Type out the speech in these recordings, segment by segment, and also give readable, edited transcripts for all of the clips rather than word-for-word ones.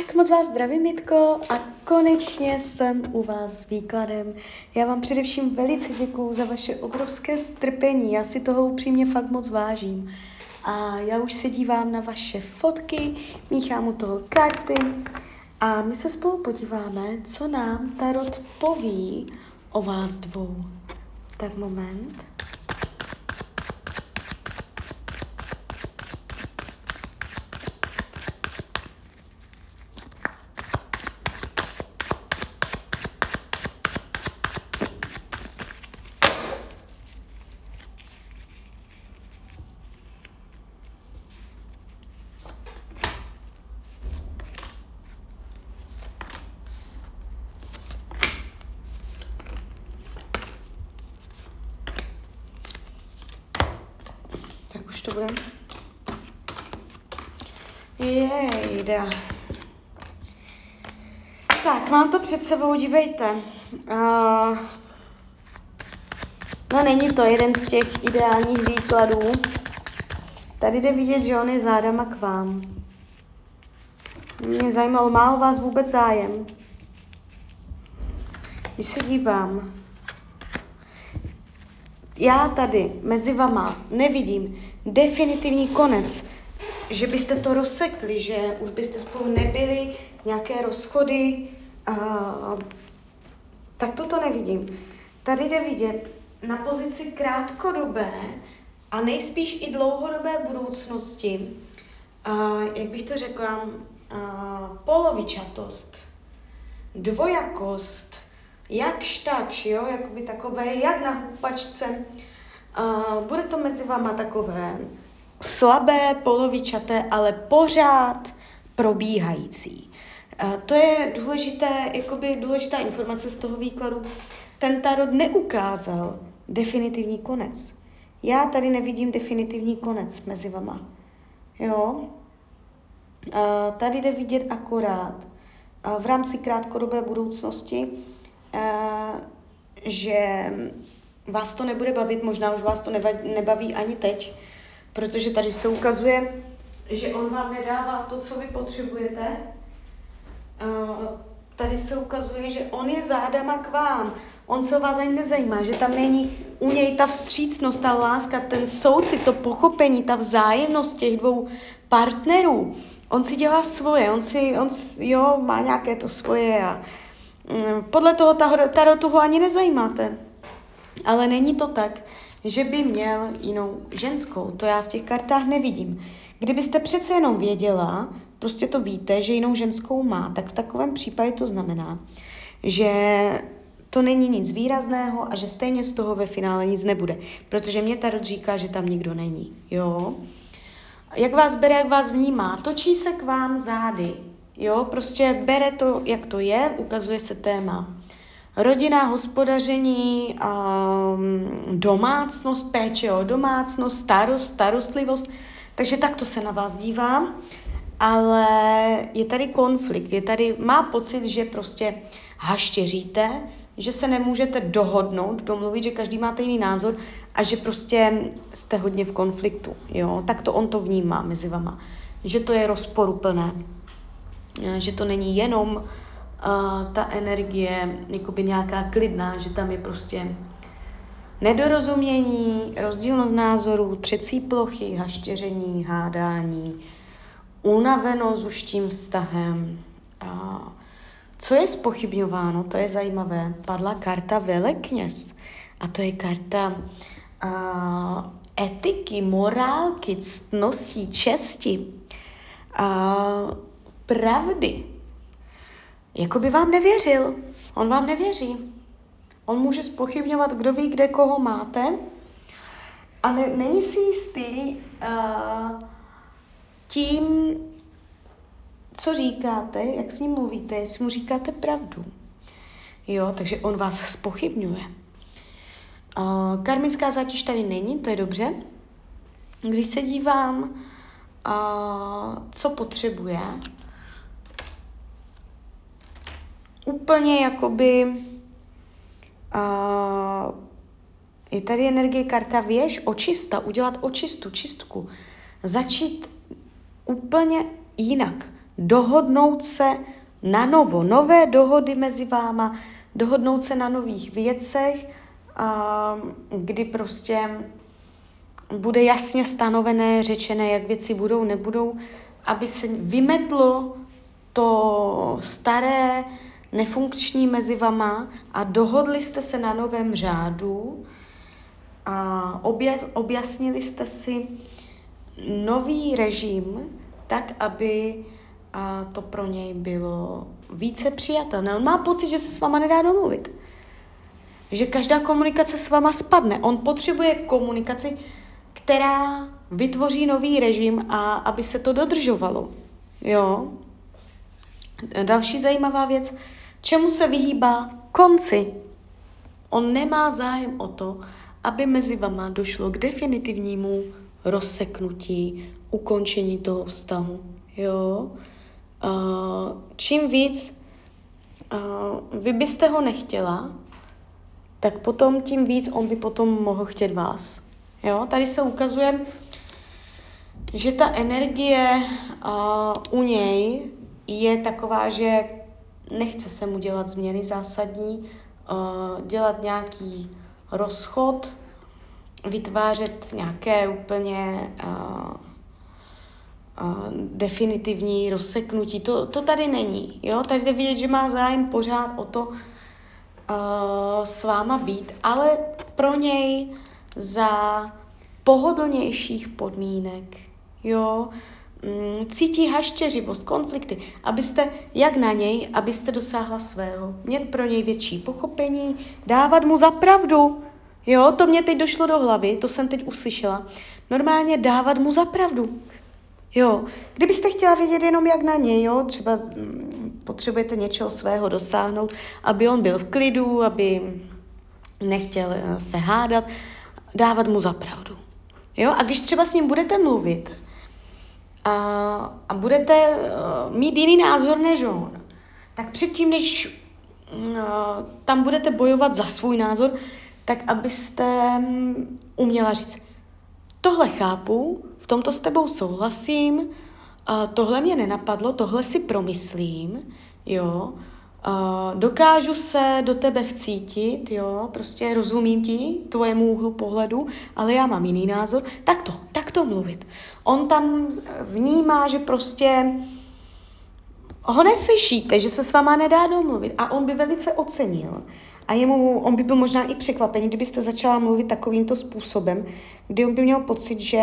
Tak moc vás zdravím, Mitko, a konečně jsem u vás s výkladem. Já vám především velice děkuju za vaše obrovské strpení, já si toho upřímně fakt moc vážím. A já už se dívám na vaše fotky, míchám u toho karty a my se spolu podíváme, co nám Tarot poví o vás dvou. Tak moment. Tak už to bude. Jejda. Tak, mám to před sebou, dívejte. No není to jeden z těch ideálních výkladů. Tady jde vidět, že on je zádama k vám. Mě zajímalo, má o vás vůbec zájem? Když se dívám, já tady mezi vama nevidím definitivní konec, že byste to rozsekli, že už byste spolu nebyli, nějaké rozchody, tak to nevidím. Tady jde vidět na pozici krátkodobé a nejspíš i dlouhodobé budoucnosti, jak bych to řekla, polovičatost, dvojakost, jakž takž, jo, jakoby takové, jak na houpačce. Bude to mezi vama takové slabé, polovičaté, ale pořád probíhající. To je důležitá informace z toho výkladu. Ten tarot neukázal definitivní konec. Já tady nevidím definitivní konec mezi vama. Jo? Tady jde vidět akorát v rámci krátkodobé budoucnosti, že vás to nebude bavit, možná už vás to nebaví ani teď, protože tady se ukazuje, že on vám nedává to, co vy potřebujete. Tady se ukazuje, že on je zádama k vám. On se o vás ani nezajímá, že tam není u něj ta vstřícnost, ta láska, ten soucit, to pochopení, ta vzájemnost těch dvou partnerů. On si dělá svoje, on má nějaké to svoje a podle toho tarotu ho ani nezajímáte. Ale není to tak, že by měl jinou ženskou. To já v těch kartách nevidím. Kdybyste přece jenom věděla, prostě to víte, že jinou ženskou má, tak v takovém případě to znamená, že to není nic výrazného a že stejně z toho ve finále nic nebude. Protože mě tarot říká, že tam nikdo není. Jo? Jak vás bere, jak vás vnímá, točí se k vám zády. Jo? Prostě bere to, jak to je, ukazuje se téma rodina, hospodaření, domácnost, péče o domácnost, starostlivost. Takže takto se na vás dívám, ale je tady konflikt, má pocit, že prostě haštěříte, že se nemůžete domluvit, že každý máte jiný názor a že prostě jste hodně v konfliktu. Jo? Tak to on to vnímá mezi vama. Že to je rozporuplné. Že to není jenom ta energie jakoby nějaká klidná, že tam je prostě nedorozumění, rozdílnost názorů, třecí plochy, haštěření, hádání, unavenost už tím vztahem. Co je zpochybňováno, to je zajímavé. Padla karta Velekněz a to je karta etiky, morálky, ctnosti, česti, pravdy. Jakoby vám nevěřil. On vám nevěří. On může zpochybňovat, kdo ví, kde koho máte, ale není si jistý tím, co říkáte, jak s ním mluvíte, jestli mu říkáte pravdu. Jo, takže on vás zpochybňuje. Karmická zátěž tady není, to je dobře. Když se dívám, co potřebuje, úplně jakoby je tady energie karta věž, očista, udělat čistku, začít úplně jinak, dohodnout se na nové dohody mezi váma, dohodnout se na nových věcech, kdy prostě bude jasně stanovené, řečené, jak věci budou, nebudou, aby se vymetlo to staré, nefunkční mezi vama a dohodli jste se na novém řádu a objasnili jste si nový režim tak, aby to pro něj bylo více přijatelné. On má pocit, že se s váma nedá domluvit. Že každá komunikace s váma spadne. On potřebuje komunikaci, která vytvoří nový režim a aby se to dodržovalo. Jo? Další zajímavá věc, čemu se vyhýbá? Konci. On nemá zájem o to, aby mezi vama došlo k definitivnímu rozseknutí, ukončení toho vztahu. Jo? Čím víc vy byste ho nechtěla, tak potom tím víc on by potom mohl chtět vás. Jo? Tady se ukazuje, že ta energie u něj je taková, že nechce se mu dělat změny zásadní, dělat nějaký rozchod, vytvářet nějaké úplně definitivní rozseknutí. To tady není. Jo? Tady jde vidět, že má zájem pořád o to s váma být, ale pro něj za pohodlnějších podmínek. Jo? Cítí hašteřivost, konflikty, abyste, jak na něj, abyste dosáhla svého. Mít pro něj větší pochopení, dávat mu za pravdu. Jo, to mě teď došlo do hlavy, to jsem teď uslyšela. Normálně dávat mu za pravdu. Jo, kdybyste chtěla vědět jenom jak na něj, jo, třeba potřebujete něčeho svého dosáhnout, aby on byl v klidu, aby nechtěl se hádat, dávat mu za pravdu. Jo, a když třeba s ním budete mluvit a budete mít jiný názor než on, tak předtím, než tam budete bojovat za svůj názor, tak abyste uměla říct, tohle chápu, v tomto s tebou souhlasím, tohle mě nenapadlo, tohle si promyslím, jo, dokážu se do tebe vcítit, jo, prostě rozumím ti, tvojemu úhlu pohledu, ale já mám jiný názor, tak to mluvit. On tam vnímá, že prostě ho neslyšíte, že se s váma nedá domluvit a on by velice ocenil. A on by byl možná i překvapený, kdybyste začala mluvit takovýmto způsobem, kdy on by měl pocit, že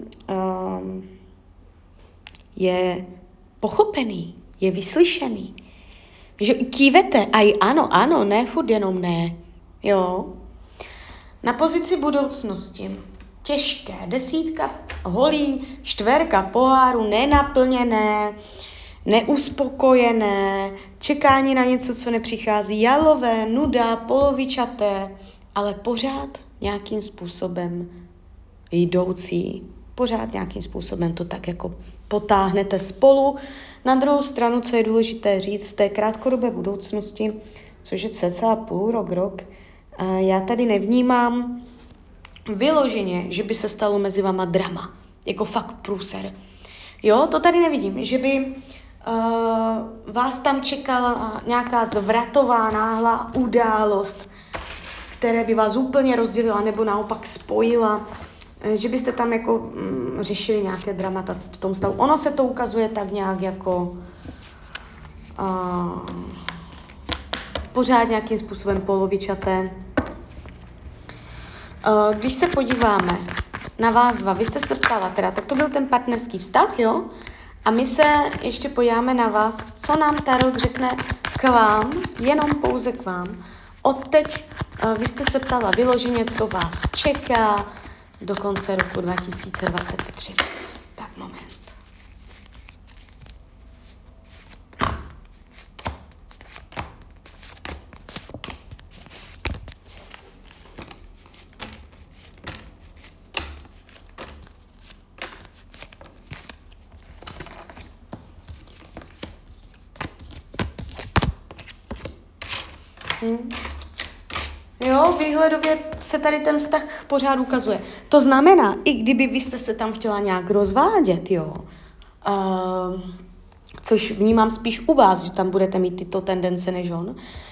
je pochopený, je vyslyšený. Že kývete a i ano, ne, furt jenom ne. Jo. Na pozici budoucnosti. Těžké. 10 holí, 4 poháru, nenaplněné, neuspokojené, čekání na něco, co nepřichází, jalové, nuda, polovičaté, ale pořád nějakým způsobem jdoucí. Pořád nějakým způsobem to tak jako potáhnete spolu. Na druhou stranu, co je důležité říct, v té krátkodobé budoucnosti, což je cca půl rok, já tady nevnímám vyloženě, že by se stalo mezi váma drama. Jako fakt průser. Jo, to tady nevidím, že by vás tam čekala nějaká zvratová, náhlá událost, která by vás úplně rozdělila nebo naopak spojila, že byste tam jako řešili nějaké dramata v tom stavu. Ono se to ukazuje tak nějak jako pořád nějakým způsobem polovičaté. Když se podíváme na vás dva, vy jste se ptala teda, tak to byl ten partnerský vztah, jo? A my se ještě podíváme na vás, co nám Tarot řekne k vám, jenom pouze k vám. Odteď vy jste se ptala vyloženě, co vás čeká do konce roku 2023. Tak moment. Jo, výhledově se tady ten vztah pořád ukazuje. To znamená, i kdyby vy jste se tam chtěla nějak rozvádět, jo, což vnímám spíš u vás, že tam budete mít tyto tendence než on.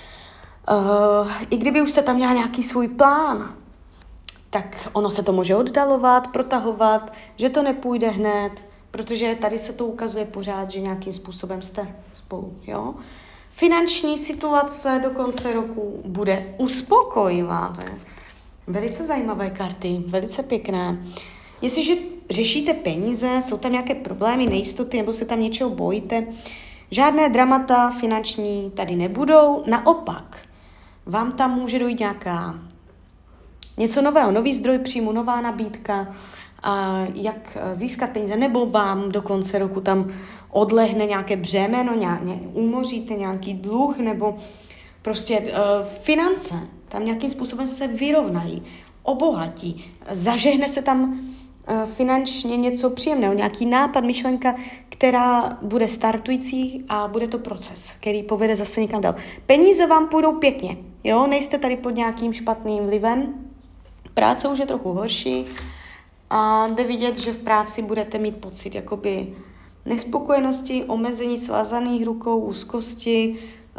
I kdyby už jste tam měla nějaký svůj plán, tak ono se to může oddalovat, protahovat, že to nepůjde hned, protože tady se to ukazuje pořád, že nějakým způsobem jste spolu, jo. Finanční situace do konce roku bude uspokojivá, to je velice zajímavé karty, velice pěkné. Jestliže řešíte peníze, jsou tam nějaké problémy, nejistoty, nebo se tam něčeho bojíte, žádné dramata finanční tady nebudou, naopak, vám tam může dojít něco nového, nový zdroj příjmu, nová nabídka, jak získat peníze, nebo vám do konce roku tam odlehne nějaké břemeno, umoříte nějaký dluh, nebo prostě finance tam nějakým způsobem se vyrovnají, obohatí, zažehne se tam finančně něco příjemného, nějaký nápad, myšlenka, která bude startující a bude to proces, který povede zase někam dál. Peníze vám půjdou pěkně, jo, nejste tady pod nějakým špatným vlivem, práce už je trochu horší a jde vidět, že v práci budete mít pocit jakoby nespokojenosti, omezení svázaných rukou, úzkosti,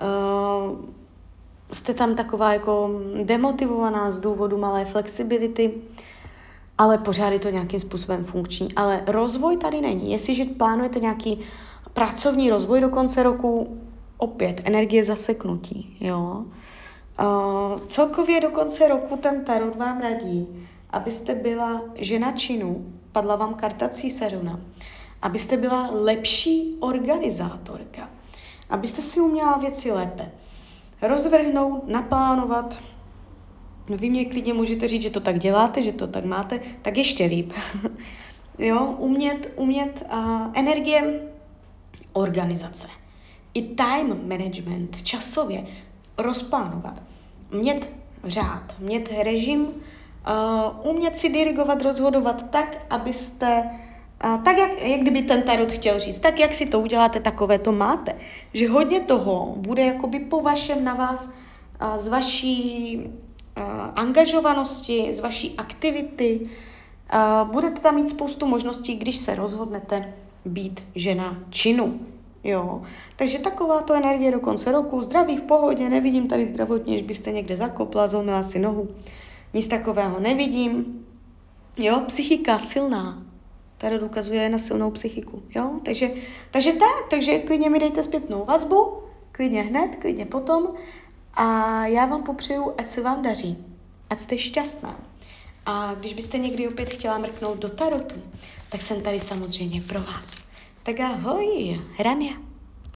jste tam taková jako demotivovaná z důvodu malé flexibility, ale pořád je to nějakým způsobem funkční. Ale rozvoj tady není. Jestliže plánujete nějaký pracovní rozvoj do konce roku, opět energie zaseknutí. Jo? Celkově do konce roku ten tarot vám radí, abyste byla žena činu, padla vám karta císařovna, abyste byla lepší organizátorka, abyste si uměla věci lépe rozvrhnout, naplánovat. Vy mě klidně můžete říct, že to tak děláte, že to tak máte, tak ještě líp. Jo, umět energie organizace. I time management, časově rozplánovat. Mět řád, mět režim, umět si dirigovat, rozhodovat tak, abyste, tak jak kdyby ten tarot chtěl říct, tak jak si to uděláte, takové to máte. Že hodně toho bude jakoby po vašem na vás, z vaší angažovanosti, z vaší aktivity. Budete tam mít spoustu možností, když se rozhodnete být žena činu. Jo. Takže taková to energie do konce roku, zdraví v pohodě, nevidím tady zdravotně, že byste někde zakopla, zlomila si nohu. Nic takového nevidím. Jo, psychika silná. Tady ukazuje na silnou psychiku. Jo? Takže klidně mi dejte zpětnou vazbu, klidně hned, klidně potom. A já vám popřeju, ať se vám daří, ať jste šťastná. A když byste někdy opět chtěla mrknout do tarotu, tak jsem tady samozřejmě pro vás. Tak ahoj, Rania.